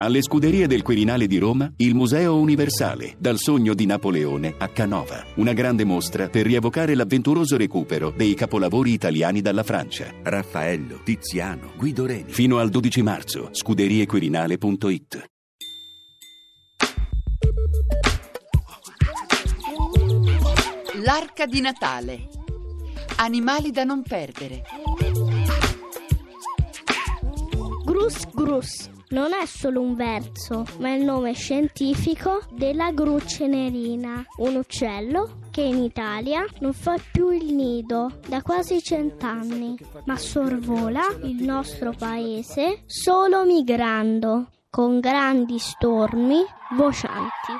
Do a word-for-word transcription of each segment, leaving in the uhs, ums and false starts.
Alle Scuderie del Quirinale di Roma, il Museo Universale, dal sogno di Napoleone a Canova. Una grande mostra per rievocare l'avventuroso recupero dei capolavori italiani dalla Francia. Raffaello, Tiziano, Guido Reni. Fino al dodici marzo, scuderiequirinale punto it. L'arca di Natale. Animali da non perdere. Grus grus non è solo un verso, ma è il nome scientifico della gru cenerina, un uccello che in Italia non fa più il nido da quasi cent'anni, ma sorvola il nostro paese solo migrando, con grandi stormi vocianti.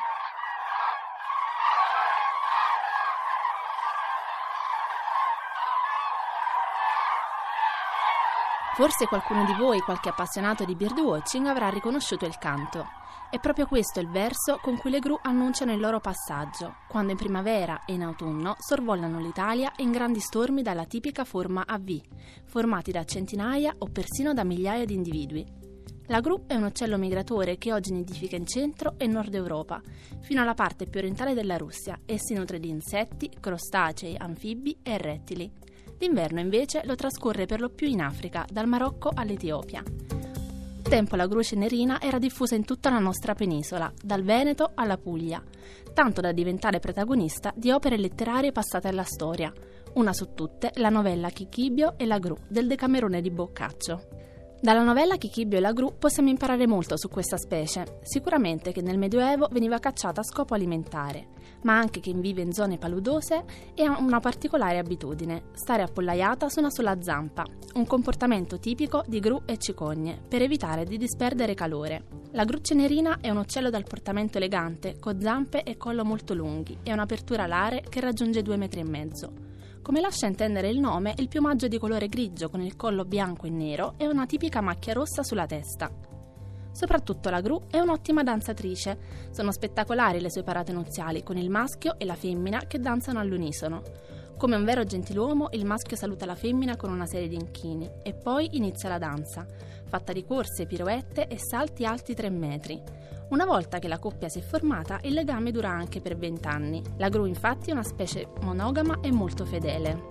Forse qualcuno di voi, qualche appassionato di birdwatching, avrà riconosciuto il canto. È proprio questo il verso con cui le gru annunciano il loro passaggio, quando in primavera e in autunno sorvolano l'Italia in grandi stormi dalla tipica forma a V, formati da centinaia o persino da migliaia di individui. La gru è un uccello migratore che oggi nidifica in centro e nord Europa, fino alla parte più orientale della Russia, e si nutre di insetti, crostacei, anfibi e rettili. D'inverno invece lo trascorre per lo più in Africa, dal Marocco all'Etiopia. Un tempo la gru cenerina era diffusa in tutta la nostra penisola, dal Veneto alla Puglia, tanto da diventare protagonista di opere letterarie passate alla storia, una su tutte la novella Chichibio e la gru del Decamerone di Boccaccio. Dalla novella Chichibio e la gru possiamo imparare molto su questa specie, sicuramente che nel Medioevo veniva cacciata a scopo alimentare, ma anche che vive in zone paludose e ha una particolare abitudine, stare appollaiata su una sola zampa, un comportamento tipico di gru e cicogne, per evitare di disperdere calore. La gru cenerina è un uccello dal portamento elegante, con zampe e collo molto lunghi e un'apertura alare che raggiunge due metri e mezzo. Come lascia intendere il nome, il piumaggio è di colore grigio con il collo bianco e nero e una tipica macchia rossa sulla testa. Soprattutto la gru è un'ottima danzatrice. Sono spettacolari le sue parate nuziali con il maschio e la femmina che danzano all'unisono. Come un vero gentiluomo, il maschio saluta la femmina con una serie di inchini e poi inizia la danza, fatta di corse, piroette e salti alti tre metri. Una volta che la coppia si è formata, il legame dura anche per vent'anni. La gru infatti è una specie monogama e molto fedele.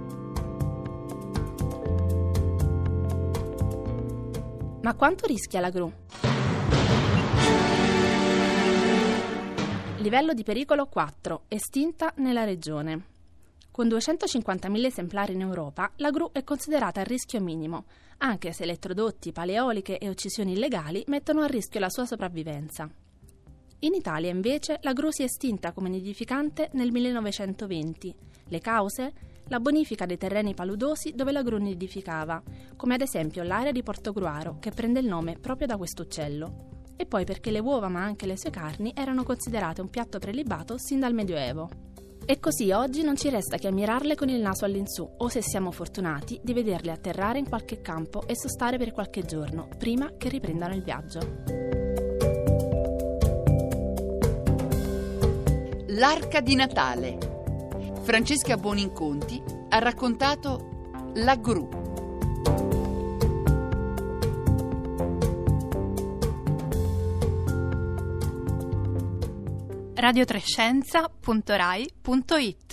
Ma quanto rischia la gru? Livello di pericolo quattro, estinta nella regione. Con duecentocinquantamila esemplari in Europa, la gru è considerata a rischio minimo, anche se elettrodotti, paleoliche e uccisioni illegali mettono a rischio la sua sopravvivenza. In Italia, invece, la gru si è estinta come nidificante nel millenovecentoventi. Le cause? La bonifica dei terreni paludosi dove la gru nidificava, come ad esempio l'area di Portogruaro, che prende il nome proprio da questo uccello. E poi perché le uova, ma anche le sue carni, erano considerate un piatto prelibato sin dal Medioevo. E così oggi non ci resta che ammirarle con il naso all'insù, o se siamo fortunati di vederle atterrare in qualche campo e sostare per qualche giorno, prima che riprendano il viaggio. L'arca di Natale. Francesca Buoninconti ha raccontato La gru. radio tre scienza punto rai punto it